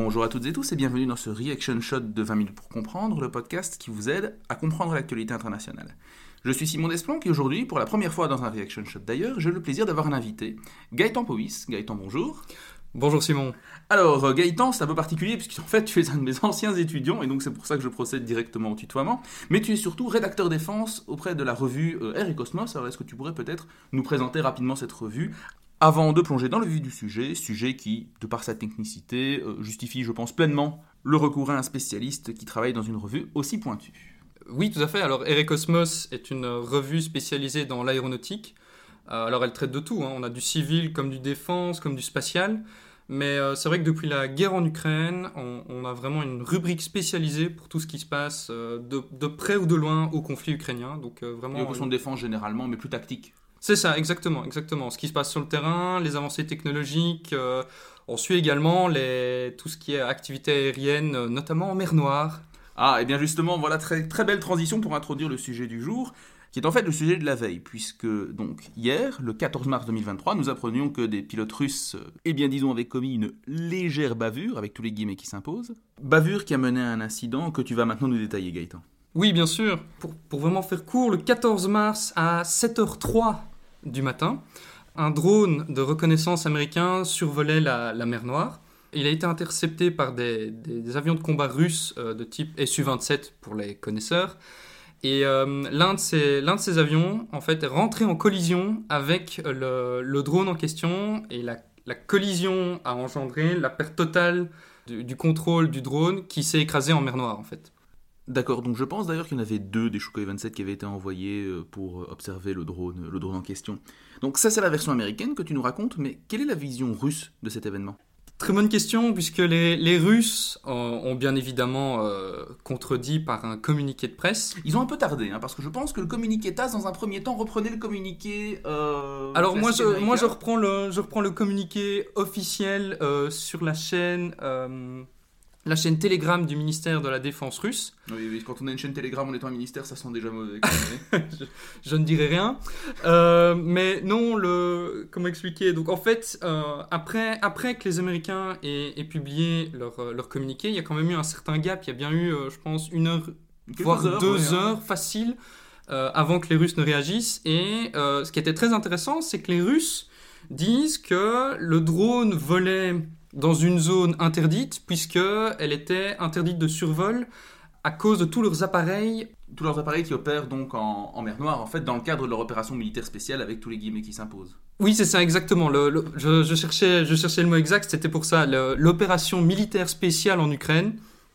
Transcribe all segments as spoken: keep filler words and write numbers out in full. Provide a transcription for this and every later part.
Bonjour à toutes et tous et bienvenue dans ce Reaction Shot de vingt minutes pour comprendre, le podcast qui vous aide à comprendre l'actualité internationale. Je suis Simon Desplanques et aujourd'hui, pour la première fois dans un Reaction Shot d'ailleurs, j'ai le plaisir d'avoir un invité, Gaëtan Powys. Gaëtan, bonjour. Bonjour Simon. Alors Gaëtan, c'est un peu particulier puisqu'en fait tu es un de mes anciens étudiants et donc c'est pour ça que je procède directement au tutoiement, mais tu es surtout rédacteur défense auprès de la revue euh, Air et Cosmos. Alors est-ce que tu pourrais peut-être nous présenter rapidement cette revue avant de plonger dans le vif du sujet, sujet qui, de par sa technicité, euh, justifie je pense pleinement le recours à un spécialiste qui travaille dans une revue aussi pointue. Oui, tout à fait. Alors Air et Cosmos est une revue spécialisée dans l'aéronautique. Euh, alors elle traite de tout, hein. On a du civil comme du défense, comme du spatial. Mais euh, c'est vrai que depuis la guerre en Ukraine, on, on a vraiment une rubrique spécialisée pour tout ce qui se passe euh, de, de près ou de loin au conflit ukrainien. Donc euh, vraiment. Et aux questions de défense généralement, mais plus tactique. C'est ça, exactement, exactement. Ce qui se passe sur le terrain, les avancées technologiques. Euh, on suit également les, tout ce qui est activité aérienne, euh, notamment en mer Noire. Ah, et bien justement, voilà très très belle transition pour introduire le sujet du jour, qui est en fait le sujet de la veille, puisque donc hier, le quatorze mars deux mille vingt-trois, nous apprenions que des pilotes russes, eh bien disons, avaient commis une légère bavure, avec tous les guillemets qui s'imposent. Bavure qui a mené à un incident que tu vas maintenant nous détailler, Gaëtan. Oui, bien sûr. Pour, pour vraiment faire court, le quatorze mars à sept heures trois du matin, un drone de reconnaissance américain survolait la, la mer Noire. Il a été intercepté par des, des, des avions de combat russes euh, de type S U vingt-sept pour les connaisseurs. Et euh, l'un, de ces, l'un de ces avions, en fait, est rentré en collision avec le, le drone en question. Et la, la collision a engendré la perte totale du, du contrôle du drone qui s'est écrasé en mer Noire, en fait. D'accord, donc je pense d'ailleurs qu'il y en avait deux des Sukhoi vingt-sept qui avaient été envoyés pour observer le drone, le drone en question. Donc ça c'est la version américaine que tu nous racontes, mais quelle est la vision russe de cet événement ? Très bonne question, puisque les, les Russes euh, ont bien évidemment euh, contredit par un communiqué de presse. Ils ont un peu tardé, hein, parce que je pense que le communiqué T A S, dans un premier temps, reprenait le communiqué... Euh, Alors moi je, moi je, reprends le, je reprends le communiqué officiel euh, sur la chaîne... Euh, la chaîne Telegram du ministère de la Défense russe. Oui, oui, quand on a une chaîne Telegram en étant un ministère, ça sent déjà mauvais. je, je ne dirai rien. Euh, mais non, le, comment expliquer ? Donc en fait, euh, après, après que les Américains aient, aient publié leur, leur communiqué, il y a quand même eu un certain gap. Il y a bien eu, euh, je pense, une heure, Quelques voire heures, deux ouais, heures hein. faciles euh, avant que les Russes ne réagissent. Et euh, ce qui était très intéressant, c'est que les Russes disent que le drone volait dans une zone interdite, puisqu'elle était interdite de survol à cause de tous leurs appareils. Tous leurs appareils qui opèrent donc en, en mer Noire, en fait, dans le cadre de leur opération militaire spéciale, avec tous les guillemets qui s'imposent. Oui, c'est ça, exactement. Le, le, je, je, cherchais, je cherchais le mot exact, c'était pour ça, le, l'opération militaire spéciale en Ukraine.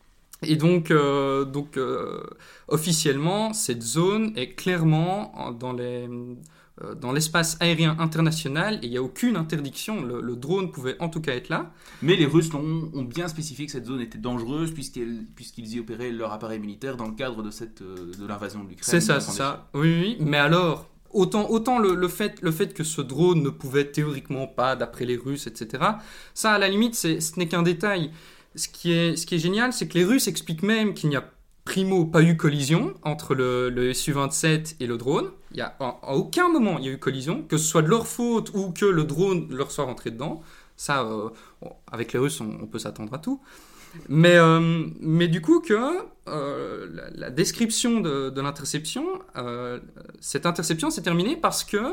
Et donc, euh, donc euh, officiellement, cette zone est clairement dans les... dans l'espace aérien international, et il n'y a aucune interdiction, le, le drone pouvait en tout cas être là. Mais les Russes ont, ont bien spécifié que cette zone était dangereuse puisqu'ils y opéraient leur appareil militaire dans le cadre de, cette, de l'invasion de l'Ukraine. C'est ça, c'est ça, oui, oui, mais alors, autant, autant le, le, fait, le fait que ce drone ne pouvait théoriquement pas, d'après les Russes, et cetera, ça à la limite, c'est, ce n'est qu'un détail. Ce qui est, ce qui est génial, c'est que les Russes expliquent même qu'il n'y a primo, pas eu collision entre le, le S U vingt-sept et le drone. Il y a, à, à aucun moment il y a eu collision, que ce soit de leur faute ou que le drone leur soit rentré dedans. Ça, euh, avec les Russes, on, on peut s'attendre à tout. Mais, euh, mais du coup, que euh, la, la description de, de l'interception, euh, cette interception s'est terminée parce que,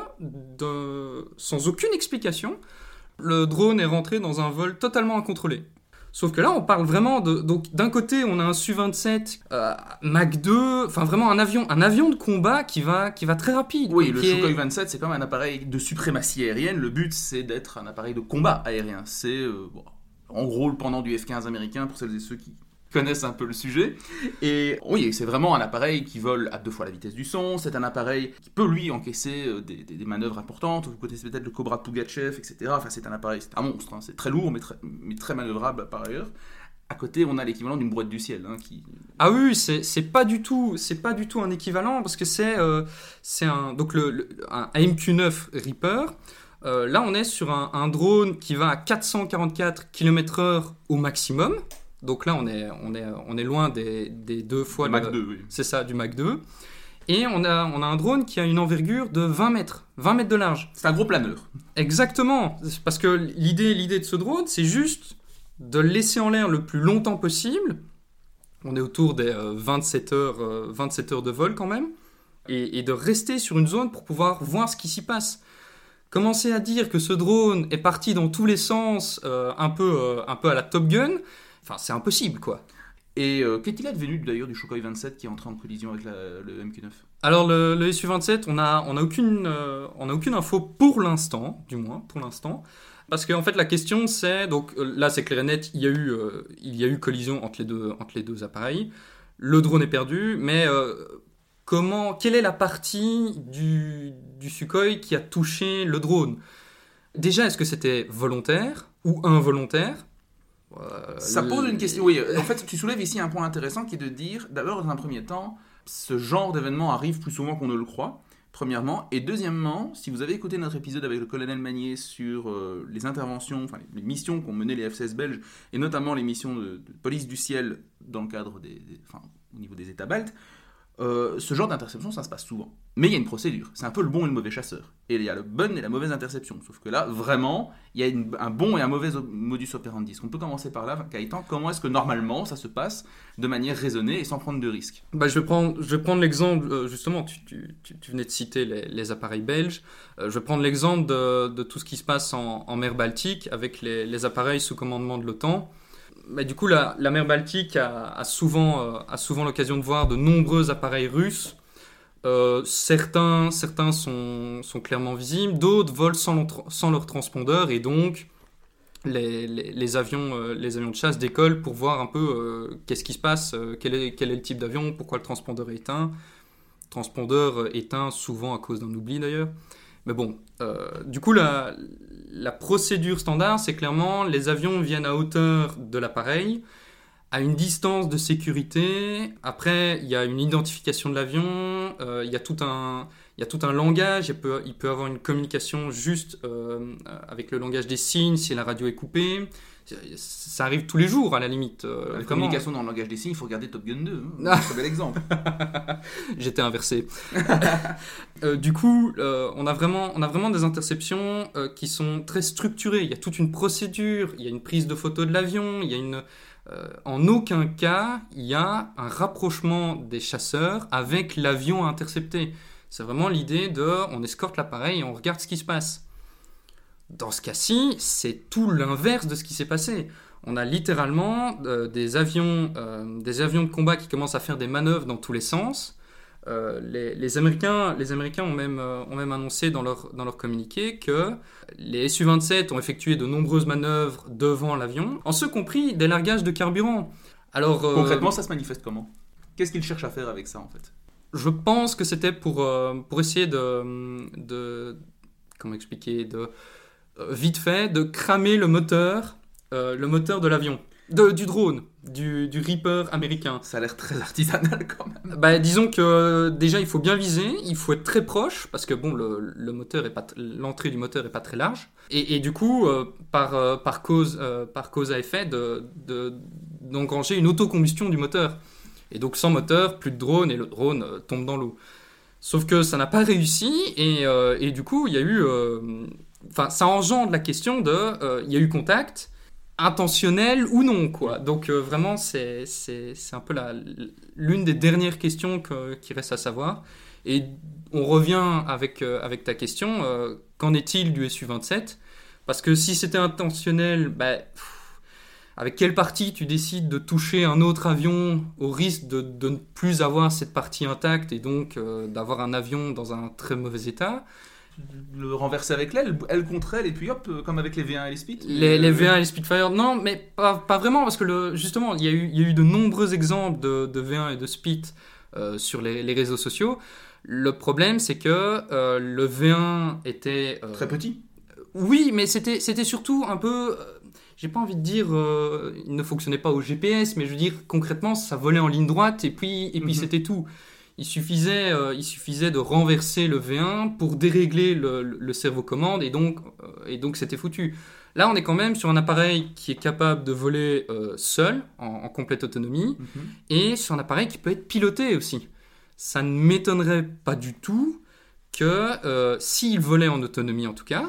de, sans aucune explication, le drone est rentré dans un vol totalement incontrôlé. Sauf que là, on parle vraiment de... Donc, d'un côté, on a un S U vingt-sept, euh, Mach deux, enfin vraiment un avion, un avion de combat qui va, qui va très rapide. Oui, le est... Sukhoi vingt-sept, c'est quand même un appareil de suprématie aérienne. Le but, c'est d'être un appareil de combat aérien. C'est, euh, bon, en gros, le pendant du F quinze américain, pour celles et ceux qui connaissent un peu le sujet. Et oui, c'est vraiment un appareil qui vole à deux fois la vitesse du son. C'est un appareil qui peut, lui, encaisser des, des, des manœuvres importantes. Vous connaissez peut-être le Cobra de Pugachev, et cetera. Enfin, c'est un appareil, c'est un monstre. Hein. C'est très lourd, mais très, mais très manœuvrable par ailleurs. À côté, on a l'équivalent d'une brouette du ciel. Hein, qui... Ah oui, c'est, c'est, pas du tout, c'est pas du tout un équivalent, parce que c'est, euh, c'est un, donc le, le, un A M Q neuf Reaper. Euh, là, on est sur un, un drone qui va à quatre cent quarante-quatre kilomètres heure au maximum. Donc là, on est, on est, on est loin des, des deux fois... Du le, Mach deux, oui. C'est ça, du Mach deux. Et on a, on a un drone qui a une envergure de vingt mètres, vingt mètres de large. C'est un gros planeur. Exactement, parce que l'idée, l'idée de ce drone, c'est juste de le laisser en l'air le plus longtemps possible. On est autour des euh, vingt-sept heures, euh, vingt-sept heures de vol quand même. Et, et de rester sur une zone pour pouvoir voir ce qui s'y passe. Commencer à dire que ce drone est parti dans tous les sens, euh, un, peu, euh, un peu à la Top Gun, enfin, c'est impossible, quoi. Et euh, qu'est-il advenu d'ailleurs du Sukhoi vingt-sept qui est entré en collision avec la, le M Q neuf ? Alors, le, le S U vingt-sept, on n'a on a aucune, euh, on a aucune info pour l'instant, du moins, pour l'instant. Parce qu'en fait, la question, c'est... Donc là, c'est clair et net, il y a eu, euh, il y a eu collision entre les deux, entre les deux appareils. Le drone est perdu, mais... Euh, Comment, quelle est la partie du, du Sukhoi qui a touché le drone ? Déjà, est-ce que c'était volontaire ou involontaire ? euh, Ça pose le... une question, oui. En fait, tu soulèves ici un point intéressant qui est de dire, d'abord, dans un premier temps, ce genre d'événement arrive plus souvent qu'on ne le croit, premièrement. Et deuxièmement, si vous avez écouté notre épisode avec le colonel Magnier sur euh, les interventions, enfin les missions qu'ont menées les F seize belges, et notamment les missions de, de police du ciel dans le cadre des, des, enfin, au niveau des États baltes, Euh, ce genre d'interception, ça se passe souvent. Mais il y a une procédure. C'est un peu le bon et le mauvais chasseur. Et il y a le bon et la mauvaise interception. Sauf que là, vraiment, il y a une, un bon et un mauvais modus operandi. On peut commencer par là, Gaëtan. Comment est-ce que normalement ça se passe de manière raisonnée et sans prendre de risques ? Bah, je vais prendre, je vais prendre l'exemple, euh, justement, tu, tu, tu venais de citer les, les appareils belges. Euh, je vais prendre l'exemple de, de tout ce qui se passe en, en mer Baltique avec les, les appareils sous commandement de l'OTAN. Bah, du coup, la, la mer Baltique a, a, souvent, euh, a souvent l'occasion de voir de nombreux appareils russes. Euh, certains certains sont, sont clairement visibles, d'autres volent sans, sans leur transpondeur, et donc les, les, les, avions, euh, les avions de chasse décollent pour voir un peu euh, qu'est-ce qui se passe, euh, quel, est, quel est le type d'avion, pourquoi le transpondeur est éteint. Transpondeur éteint souvent à cause d'un oubli d'ailleurs. Mais bon, euh, du coup, la, la procédure standard, c'est clairement les avions viennent à hauteur de l'appareil, à une distance de sécurité. Après, il y a une identification de l'avion, euh, il y a tout un, il y a tout un langage, il peut, il peut avoir une communication juste euh, avec le langage des signes si la radio est coupée. Ça arrive tous les jours, à la limite. Euh, la communication dans le langage des signes, il faut regarder Top Gun deux. Hein. C'est un bel exemple. J'étais inversé. euh, du coup, euh, on, a vraiment, on a vraiment des interceptions euh, qui sont très structurées. Il y a toute une procédure, il y a une prise de photo de l'avion, il y a une... Euh, en aucun cas, il y a un rapprochement des chasseurs avec l'avion à intercepter. C'est vraiment l'idée de... On escorte l'appareil et on regarde ce qui se passe. Dans ce cas-ci, c'est tout l'inverse de ce qui s'est passé. On a littéralement euh, des, avions, euh, des avions de combat qui commencent à faire des manœuvres dans tous les sens. Euh, les, les, Américains, les Américains ont même, euh, ont même annoncé dans leur, dans leur communiqué que les S U vingt-sept ont effectué de nombreuses manœuvres devant l'avion, en ce compris des largages de carburant. Alors, euh, concrètement, ça se manifeste comment ? Qu'est-ce qu'ils cherchent à faire avec ça, en fait ? Je pense que c'était pour, euh, pour essayer de, de... Comment expliquer de, vite fait, de cramer le moteur, euh, le moteur de l'avion, de, du drone, du, du Reaper américain. Ça a l'air très artisanal quand même. Bah, disons que déjà il faut bien viser, il faut être très proche parce que bon, le, le moteur est pas, l'entrée du moteur est pas très large et, et du coup euh, par, euh, par cause euh, par cause à effet de, de d'engranger une autocombustion du moteur. Et donc sans moteur, plus de drone et le drone euh, tombe dans l'eau. Sauf que ça n'a pas réussi et, euh, et du coup il y a eu euh, Enfin, ça engendre la question de, euh, il y a eu contact, intentionnel ou non, quoi. Donc euh, vraiment, c'est, c'est, c'est un peu la, l'une des dernières questions que, qui reste à savoir. Et on revient avec, euh, avec ta question, euh, qu'en est-il du S U vingt-sept ? Parce que si c'était intentionnel, bah, pff, avec quelle partie tu décides de toucher un autre avion au risque de, de ne plus avoir cette partie intacte et donc euh, d'avoir un avion dans un très mauvais état ? Le renverser avec l'aile, aile contre aile, et puis hop, comme avec les V un et les Spit. Les, les V un et les Spitfire, non, mais pas, pas vraiment, parce que le, justement, il y, a eu, il y a eu de nombreux exemples de, de V un et de Spit euh, sur les, les réseaux sociaux. Le problème, c'est que euh, le V un était... Euh, très petit. Oui, mais c'était, c'était surtout un peu... Euh, j'ai pas envie de dire... Euh, il ne fonctionnait pas au G P S, mais je veux dire, concrètement, ça volait en ligne droite, et puis, et puis mm-hmm. c'était tout. Il suffisait, euh, il suffisait de renverser le V un pour dérégler le, le servo-commande et donc, euh, et donc c'était foutu. Là, on est quand même sur un appareil qui est capable de voler euh, seul, en, en complète autonomie, mm-hmm. et sur un appareil qui peut être piloté aussi. Ça ne m'étonnerait pas du tout que, euh, s'il volait en autonomie en tout cas,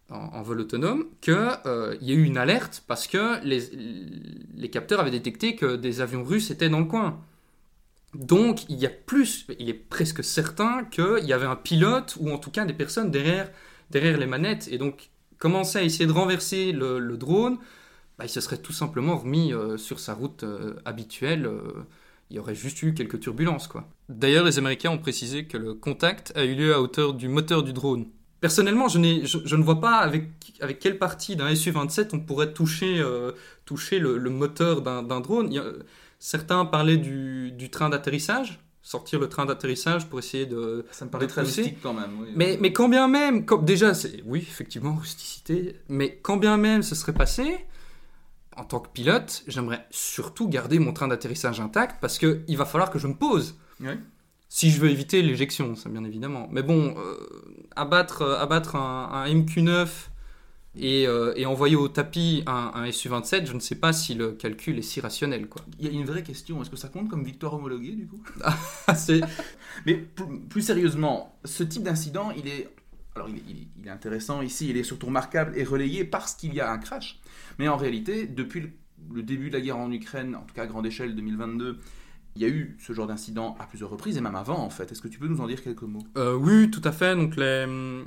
en, en vol autonome, qu'il euh, y a eu une alerte parce que les, les capteurs avaient détecté que des avions russes étaient dans le coin. Donc, il y a plus, il est presque certain qu'il y avait un pilote ou en tout cas des personnes derrière, derrière les manettes. Et donc, commencer à essayer de renverser le, le drone, bah, il se serait tout simplement remis euh, sur sa route euh, habituelle. Euh, il y aurait juste eu quelques turbulences, quoi. D'ailleurs, les Américains ont précisé que le contact a eu lieu à hauteur du moteur du drone. Personnellement, je, n'ai, je, je ne vois pas avec, avec quelle partie d'un S U vingt-sept on pourrait toucher, euh, toucher le, le moteur d'un, d'un drone. Il y a, Certains parlaient du, du train d'atterrissage, sortir le train d'atterrissage pour essayer de. Ça me paraît très rustique quand même. Oui. Mais, mais quand bien même, quand, déjà, c'est, oui, effectivement, rusticité, mais quand bien même ce serait passé, en tant que pilote, j'aimerais surtout garder mon train d'atterrissage intact parce qu'il va falloir que je me pose. Oui. Si je veux éviter l'éjection, ça bien évidemment. Mais bon, euh, abattre, euh, abattre un, un M Q neuf. Et, euh, et envoyer au tapis un, un S U vingt-sept, je ne sais pas si le calcul est si rationnel, quoi. Il y a une vraie question, est-ce que ça compte comme victoire homologuée, du coup? c'est... Mais plus, plus sérieusement, ce type d'incident, il est... Alors, il est, il, est, il est intéressant ici, il est surtout remarquable et relayé parce qu'il y a un crash. Mais en réalité, depuis le, le début de la guerre en Ukraine, en tout cas à grande échelle, deux mille vingt-deux, il y a eu ce genre d'incident à plusieurs reprises, et même avant, en fait. Est-ce que tu peux nous en dire quelques mots? euh, Oui, tout à fait. Donc, les...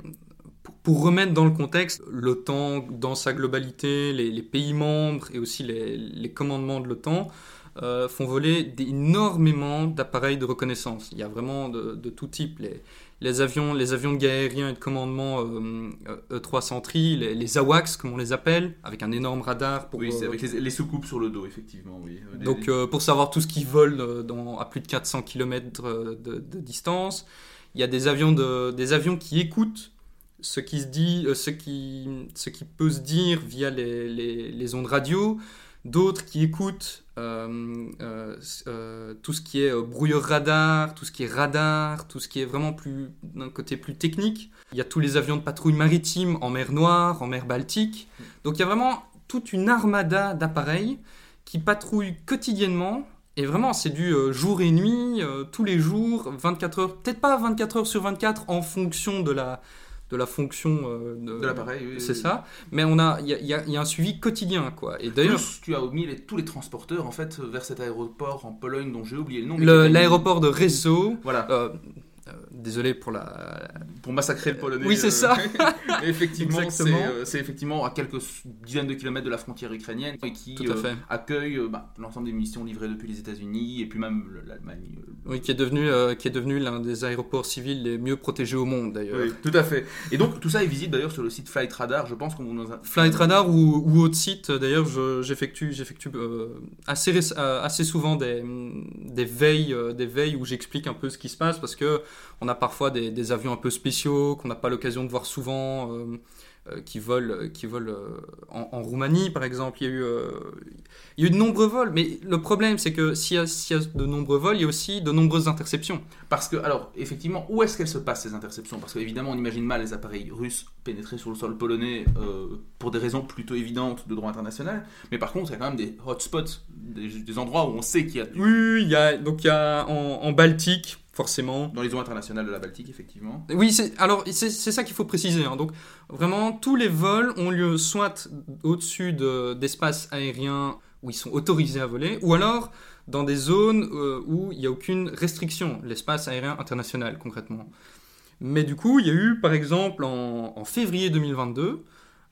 Pour remettre dans le contexte, l'OTAN dans sa globalité, les, les pays membres et aussi les, les commandements de l'OTAN euh, font voler énormément d'appareils de reconnaissance. Il y a vraiment de, de tout type. Les, les, avions, les avions de guerre aérien et de commandement euh, E trois Sentry, les, les AWACS comme on les appelle, avec un énorme radar. Pour, oui, c'est avec les, les soucoupes sur le dos, effectivement. Oui. Donc euh, pour savoir tout ce qui vole dans, à plus de quatre cents kilomètres de, de distance. Il y a des avions, de, des avions qui écoutent ce qui se dit, euh, ce qui, ce qui peut se dire via les, les, les ondes radio, d'autres qui écoutent euh, euh, euh, tout ce qui est euh, brouilleur radar, tout ce qui est radar, tout ce qui est vraiment plus d'un côté plus technique. Il y a tous les avions de patrouille maritime en mer Noire, en mer Baltique. Donc il y a vraiment toute une armada d'appareils qui patrouillent quotidiennement. Et vraiment, c'est du euh, jour et nuit, euh, tous les jours, vingt-quatre heures, peut-être pas vingt-quatre heures sur vingt-quatre en fonction de la de la fonction euh, de, de l'appareil, oui, c'est oui, ça. Mais on a, il y a, y a, y a un suivi quotidien, quoi. Et d'ailleurs, plus, tu as mis les, tous les transporteurs en fait vers cet aéroport en Pologne dont j'ai oublié le nom. Le, l'aéroport de Réseau. Voilà. Euh, euh, désolé pour la. Pour massacrer le Polonais. Oui, c'est euh... ça. effectivement, c'est, euh, c'est effectivement à quelques dizaines de kilomètres de la frontière ukrainienne et qui euh, accueille euh, bah, l'ensemble des munitions livrées depuis les États-Unis et puis même l'Allemagne. Euh, oui, qui est devenu euh, qui est devenu l'un des aéroports civils les mieux protégés au monde d'ailleurs. Oui, tout à fait. Et donc tout ça est visible d'ailleurs sur le site Flight Radar. Je pense qu'on vous nous a... Flight Radar ou, ou autre site. D'ailleurs, je, j'effectue j'effectue euh, assez euh, assez souvent des des veilles euh, des veilles où j'explique un peu ce qui se passe parce que on a parfois des, des avions un peu spéciaux qu'on n'a pas l'occasion de voir souvent, euh, euh, qui volent, qui volent euh, en, en Roumanie, par exemple. Il y a eu, euh, il y a eu de nombreux vols, mais le problème, c'est que s'il y a, s'il y a de nombreux vols, il y a aussi de nombreuses interceptions. Parce que, alors, effectivement, où est-ce qu'elles se passent, ces interceptions? Parce qu'évidemment, on imagine mal les appareils russes pénétrer sur le sol polonais euh, pour des raisons plutôt évidentes de droit international. Mais par contre, il y a quand même des hotspots, des, des endroits où on sait qu'il y a... Du... Oui, il y a, donc il y a en, en Baltique, forcément. Dans les eaux internationales de la Baltique, effectivement. Oui, c'est, alors c'est, c'est ça qu'il faut préciser. Hein. Donc, vraiment, tous les vols ont lieu soit au-dessus de, d'espaces aériens où ils sont autorisés à voler, ou alors dans des zones euh, où il n'y a aucune restriction, l'espace aérien international, concrètement. Mais du coup, il y a eu, par exemple, en, en février deux mille vingt-deux,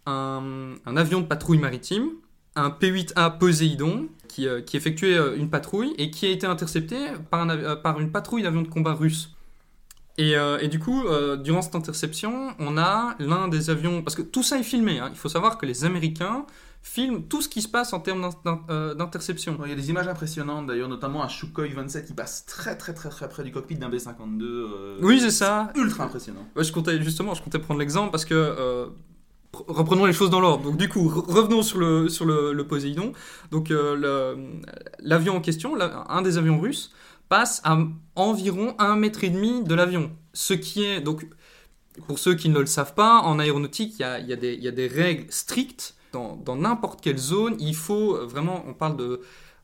un, un avion de patrouille maritime, un P huit A Poséidon, qui, euh, qui effectuait euh, une patrouille et qui a été intercepté par, un, euh, par une patrouille d'avions de combat russe. Et, euh, et du coup, euh, durant cette interception, on a l'un des avions... Parce que tout ça est filmé, hein. Il faut savoir que les Américains filment tout ce qui se passe en termes d'interception. Il y a des images impressionnantes d'ailleurs, notamment un Sukhoi vingt-sept qui passe très très très très près du cockpit d'un B cinquante-deux. Euh, oui, c'est ça. C'est ultra impressionnant. Ouais, je comptais, justement, je comptais prendre l'exemple parce que... Euh, reprenons les choses dans l'ordre. Donc du coup, revenons sur le, sur le, le Poséidon. Donc euh, le, l'avion en question, un des avions russes, passe à environ un mètre et demi de l'avion. Ce qui est, donc, pour ceux qui ne le savent pas, en aéronautique, il y a, il y a, des, il y a des règles strictes. Dans, dans n'importe quelle zone, il faut vraiment, on parle de,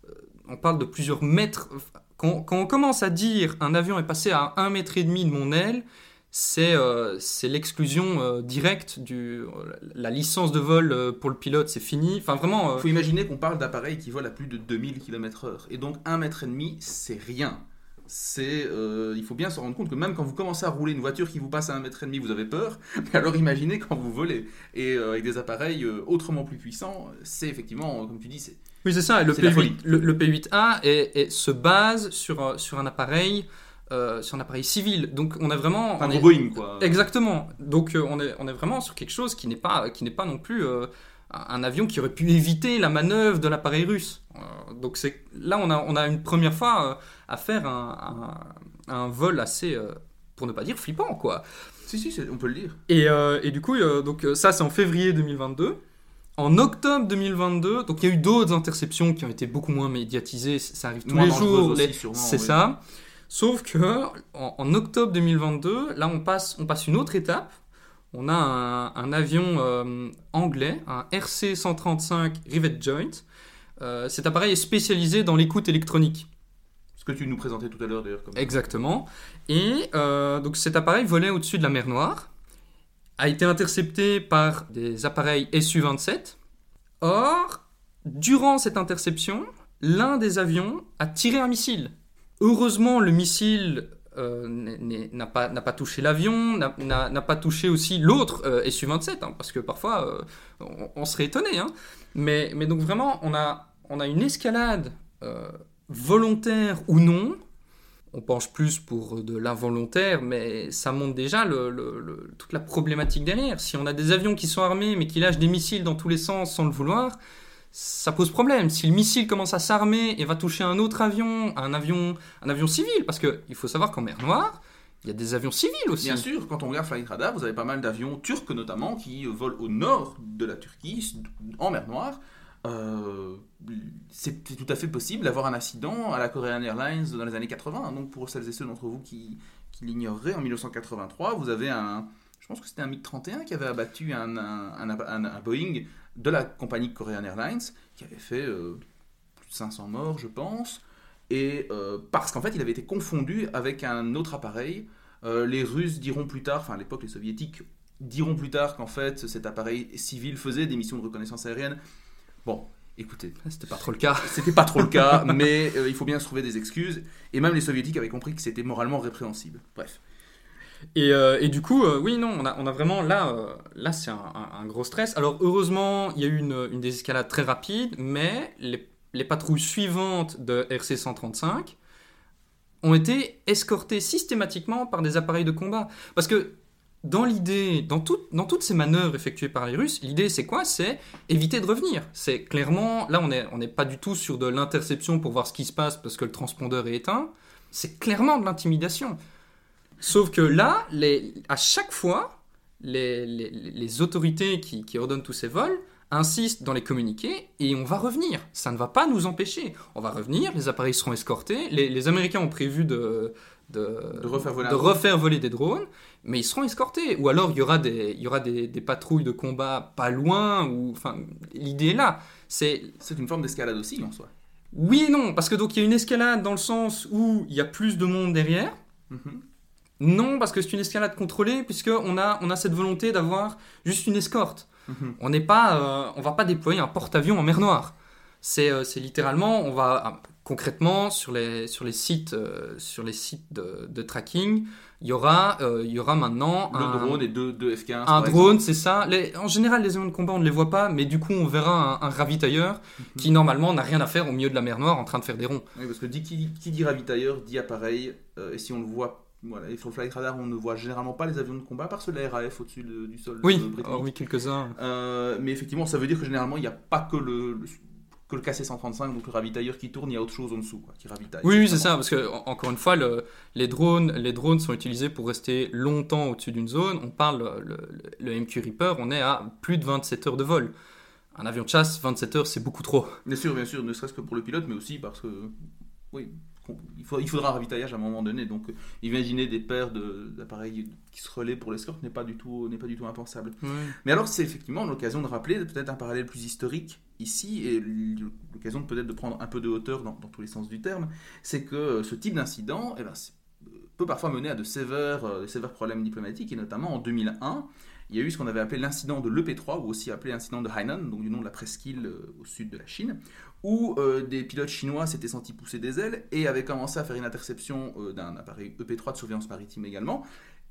on parle de plusieurs mètres. Quand, quand on commence à dire un avion est passé à un mètre et demi de mon aile, c'est, euh, c'est l'exclusion euh, directe du la licence de vol euh, pour le pilote, c'est fini. Enfin vraiment. Il Euh... faut imaginer qu'on parle d'appareils qui volent à plus de deux mille kilomètres heure. Et donc un mètre et demi, c'est rien. C'est, euh, il faut bien se rendre compte que même quand vous commencez à rouler une voiture qui vous passe à un mètre et demi, vous avez peur. Mais alors imaginez quand vous volez. Et euh, avec des appareils euh, autrement plus puissants, c'est effectivement, comme tu dis, c'est... Oui, c'est ça. Et le, C'est P la huit, folie. le, le P huit A est, est- se base sur, euh, sur un appareil, euh, sur un appareil civil. Donc on a vraiment. Un on gros est- Boeing, quoi. Exactement. Donc euh, on, est, on est vraiment sur quelque chose qui n'est pas, qui n'est pas non plus euh, un un avion qui aurait pu éviter la manœuvre de l'appareil russe. Euh, donc c'est, là, on a, on a une première fois euh, à faire un, un, un vol assez, euh, pour ne pas dire flippant, quoi. Si, si, c'est- on peut le dire. Et, euh, et du coup, euh, donc, euh, ça, c'est en février deux mille vingt-deux. En octobre deux mille vingt-deux, donc il y a eu d'autres interceptions qui ont été beaucoup moins médiatisées. Ça arrive tous Moins les dangereuses jours. aussi, les- sûrement, C'est oui. ça. Sauf que en, en octobre deux mille vingt-deux, là, on passe, on passe une autre étape. On a un, un avion euh, anglais, un R C cent trente-cinq Rivet Joint. Euh, cet appareil est spécialisé dans l'écoute électronique. Ce que tu nous présentais tout à l'heure, d'ailleurs. Comme... Exactement. Et euh, donc cet appareil volait au-dessus de la mer Noire, a été intercepté par des appareils S U vingt-sept. Or, durant cette interception, l'un des avions a tiré un missile. Heureusement, le missile euh, n'est- n'est- n'a pas, n'a pas touché l'avion, n'a- n'a n'a pas touché aussi l'autre euh, S U vingt-sept, hein, parce que parfois, euh, on, on serait étonné. Hein. Mais, mais donc vraiment, on a, on a une escalade euh, volontaire ou non. On penche plus pour de l'involontaire, mais ça montre déjà le, le- le- toute la problématique derrière. Si on a des avions qui sont armés, mais qui lâchent des missiles dans tous les sens sans le vouloir, ça pose problème. Si le missile commence à s'armer et va toucher un autre avion, un avion, un avion civil, parce qu'il faut savoir qu'en mer Noire, il y a des avions civils aussi. Bien sûr, quand on regarde Flight Radar, vous avez pas mal d'avions turcs notamment qui volent au nord de la Turquie, en mer Noire. Euh, c'est c'est tout à fait possible d'avoir un accident à la Korean Airlines dans les années quatre-vingts. Donc pour celles et ceux d'entre vous qui, qui l'ignoreraient, en dix-neuf cent quatre-vingt-trois, vous avez un, je pense que c'était un MiG trente et un qui avait abattu un, un, un, un- un Boeing de la compagnie Korean Airlines, qui avait fait euh, plus de cinq cents morts, je pense. Et euh, parce qu'en fait, il avait été confondu avec un autre appareil. Euh, les Russes diront plus tard, enfin à l'époque les Soviétiques diront plus tard qu'en fait cet appareil civil faisait des missions de reconnaissance aérienne. Bon, écoutez, C'était pas trop le cas. c'était pas trop le cas, mais euh, il faut bien se trouver des excuses. Et même les Soviétiques avaient compris que c'était moralement répréhensible. Bref. Et, euh, et du coup, euh, oui, non, on a, on a vraiment là, euh, là c'est un, un- un gros stress. Alors heureusement, il y a eu une, une désescalade très rapide, mais les, les patrouilles suivantes de R C cent trente-cinq ont été escortées systématiquement par des appareils de combat. Parce que dans l'idée, dans, tout- dans toutes ces manœuvres effectuées par les Russes, l'idée c'est quoi? C'est éviter de revenir. C'est clairement, là on n'est on n'est pas du tout sur de l'interception pour voir ce qui se passe parce que le transpondeur est éteint. C'est clairement de l'intimidation. Sauf que là, les, à chaque fois, les, les- les autorités qui, qui ordonnent tous ces vols insistent dans les communiqués et on va revenir. Ça ne va pas nous empêcher. On va revenir, les appareils seront escortés. Les, les Américains ont prévu de, de, De refaire voler un de drone. refaire voler des drones, mais ils seront escortés. Ou alors il y aura des, il y aura des, des patrouilles de combat pas loin. Ou, enfin, l'idée est là. C'est C'est une forme d'escalade aussi en soi. oui et non, parce que donc il y a une escalade dans le sens où il y a plus de monde derrière. Mhm. Non, parce que c'est une escalade contrôlée, puisqu'on a, on a cette volonté d'avoir juste une escorte. Mhm. On n'est pas, euh, on va pas déployer un porte-avions en mer Noire. C'est, euh, c'est littéralement, on va ah, concrètement sur les, sur les sites, euh, sur les sites de, de tracking, il y aura, euh, il y aura maintenant Le un, drone et deux, deux F quinze. un par drone, c'est ça. Les- en général, les avions de combat, on ne les voit pas, mais du coup, on verra un, un ravitailleur exemple. qui normalement n'a rien à faire au milieu de la mer Noire en train de faire des ronds. Oui, parce que dit, qui, qui dit ravitailleur dit appareil. euh, et si on le voit, voilà, et sur le Flight Radar, on ne voit généralement pas les avions de combat parce que la R A F au-dessus de- du sol Oui, euh, britannique. hormis quelques-uns. Euh, mais effectivement, ça veut dire que généralement, il n'y a pas que le, le- que le K C cent trente-cinq, donc le ravitailleur qui tourne, il y a autre chose en dessous, quoi, qui ravitaille. Oui, oui, c'est ça, parce que en- encore une fois, le- les, drones, les drones sont utilisés pour rester longtemps au-dessus d'une zone. On parle, le, le- le M Q Reaper, on est à plus de vingt-sept heures de vol. Un avion de chasse, vingt-sept heures, c'est beaucoup trop. Bien sûr, bien sûr, ne serait-ce que pour le pilote, mais aussi parce que, oui, qu'on- il, faut- il faudra un ravitaillage à un moment donné. Donc, euh, imaginez des paires de- d'appareils qui se relaient pour l'escorte n'est pas du tout, n'est pas du tout impensable. Mais alors, c'est effectivement l'occasion de rappeler peut-être un parallèle plus historique ici, et l'occasion de peut-être de prendre un peu de hauteur dans, dans tous les sens du terme, c'est que euh, ce type d'incident, eh ben, c'est- euh, peut parfois mener à de sévères, euh, de sévères problèmes diplomatiques, et notamment en deux mille un, il y a eu ce qu'on avait appelé l'incident de l'E P trois, ou aussi appelé l'incident de Hainan, donc du nom de la presqu'île euh, au sud de la Chine, où euh, des pilotes chinois s'étaient sentis pousser des ailes et avaient commencé à faire une interception euh, d'un appareil E P trois de surveillance maritime également.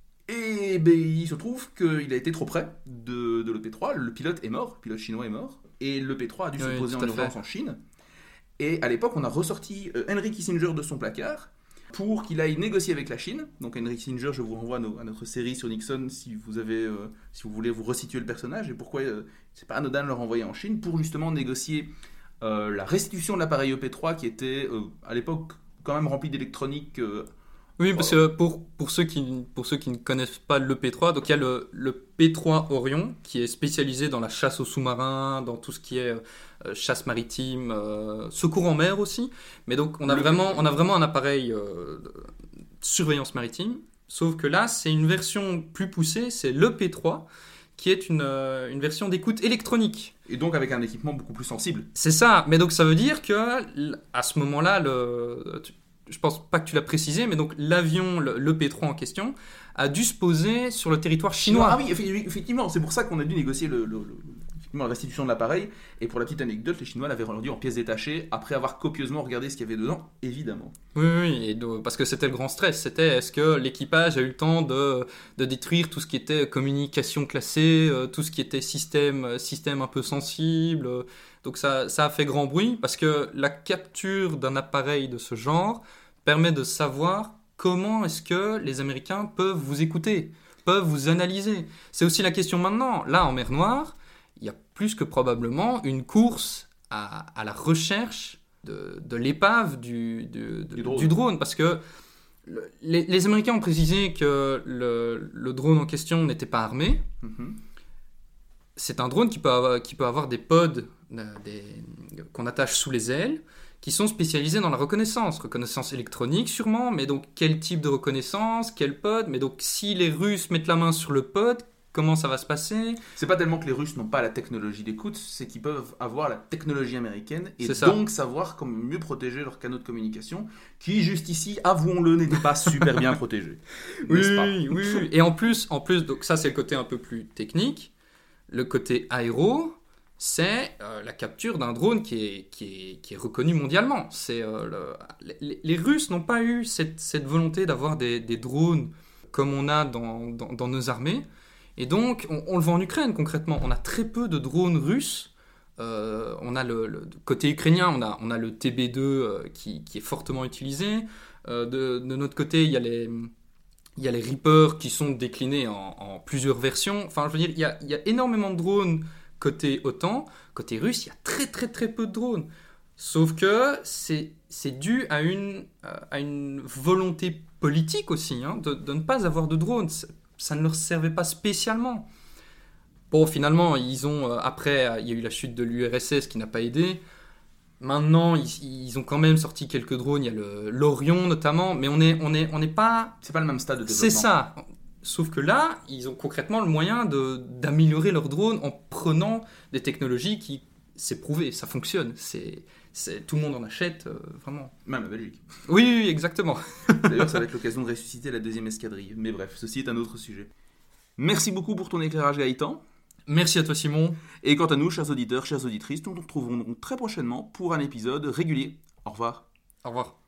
Et ben, il se trouve qu'il a été trop près de, de l'E P trois, le pilote est mort, le pilote chinois est mort, et l'E P trois a dû Oui, se poser en tout à urgence fait. en Chine. Et à l'époque, on a ressorti euh, Henry Kissinger de son placard pour qu'il aille négocier avec la Chine. Donc Henry Kissinger, je vous renvoie à, nos, à notre série sur Nixon si vous, avez, euh, si vous voulez vous resituer le personnage et pourquoi euh, c'est pas anodin de le renvoyer en Chine pour justement négocier euh, la restitution de l'appareil E P trois qui était euh, à l'époque quand même rempli d'électronique. Euh, Oui, parce que pour, pour, ceux qui, pour ceux qui ne connaissent pas l'E P trois, donc il y a le, le P trois Orion qui est spécialisé dans la chasse aux sous-marins, dans tout ce qui est euh, chasse maritime, euh, secours en mer aussi. Mais donc on a, Le- vraiment, on a vraiment un appareil euh, de surveillance maritime, sauf que là c'est une version plus poussée, c'est l'E P trois qui est une, euh, une version d'écoute électronique. Et donc avec un équipement beaucoup plus sensible. C'est ça, mais donc ça veut dire que à ce moment-là, le, tu- je pense pas que tu l'as précisé, mais donc l'avion, le, l'E P trois en question, a dû se poser sur le territoire chinois. Ah oui, effe- effectivement, c'est pour ça qu'on a dû négocier le, le- le- effectivement, la restitution de l'appareil. Et pour la petite anecdote, les Chinois l'avaient rendu en pièces détachées après avoir copieusement regardé ce qu'il y avait dedans, évidemment. Oui, oui, et donc, parce que c'était le grand stress. C'était est-ce que l'équipage a eu le temps de, de détruire tout ce qui était communication classée, euh, tout ce qui était système, euh, système un peu sensible. euh, Donc ça, ça a fait grand bruit parce que la capture d'un appareil de ce genre permet de savoir comment est-ce que les Américains peuvent vous écouter, peuvent vous analyser. C'est aussi la question maintenant. Là, en mer Noire, il y a plus que probablement une course à, à la recherche de, de l'épave du, du, de- Du drone. du drone. Parce que le- les, les Américains ont précisé que le, le drone en question n'était pas armé. Mhm. C'est un drone qui peut avoir, qui peut avoir des pods euh, des- qu'on attache sous les ailes, qui sont spécialisés dans la reconnaissance. Reconnaissance électronique sûrement, mais donc quel type de reconnaissance, quel pod. Mais donc si les Russes mettent la main sur le pod, comment ça va se passer? C'est pas tellement que les Russes n'ont pas la technologie d'écoute, c'est qu'ils peuvent avoir la technologie américaine et C'est ça. donc savoir comment mieux protéger leurs canaux de communication, qui, juste ici, avouons-le, n'étaient pas super bien protégés. N'est-ce pas Oui, oui, oui. Et en plus, en plus, donc ça c'est le côté un peu plus technique. Le côté aéro, c'est euh, la capture d'un drone qui est, qui est, qui est reconnu mondialement. C'est, euh, le- les, les Russes n'ont pas eu cette, cette volonté d'avoir des, des drones comme on a dans, dans, dans nos armées. Et donc, on, on le voit en Ukraine concrètement. On a très peu de drones russes. Euh, on a le, le côté ukrainien, on a, on a le T B deux euh, qui, qui est fortement utilisé. Euh, de, de notre côté, il y a les... Il y a les Reapers qui sont déclinés en, en plusieurs versions. Enfin, je veux dire, il y a, il y a énormément de drones côté OTAN. Côté russe, il y a très très très peu de drones. Sauf que c'est, c'est dû à une, à une volonté politique aussi, hein, de, de ne pas avoir de drones. Ça, ça ne leur servait pas spécialement. Bon, finalement, ils ont, euh, après, il y a eu la chute de l'U R S S qui n'a pas aidé. Maintenant, ils, ils ont quand même sorti quelques drones. Il y a le, l'Orion notamment, mais on n'est on est, on est pas... C'est pas le même stade de développement. C'est ça. Sauf que là, ils ont concrètement le moyen de, d'améliorer leurs drones en prenant des technologies qui, c'est prouvé, ça fonctionne. C'est, c'est, tout le monde en achète, euh, vraiment. Même la Belgique. Oui, oui, exactement. D'ailleurs, ça va être l'occasion de ressusciter la deuxième escadrille. Mais bref, ceci est un autre sujet. Merci beaucoup pour ton éclairage, Gaëtan. Merci à toi, Simon. Et quant à nous, chers auditeurs, chères auditrices, nous nous retrouvons donc très prochainement pour un épisode régulier. Au revoir. Au revoir.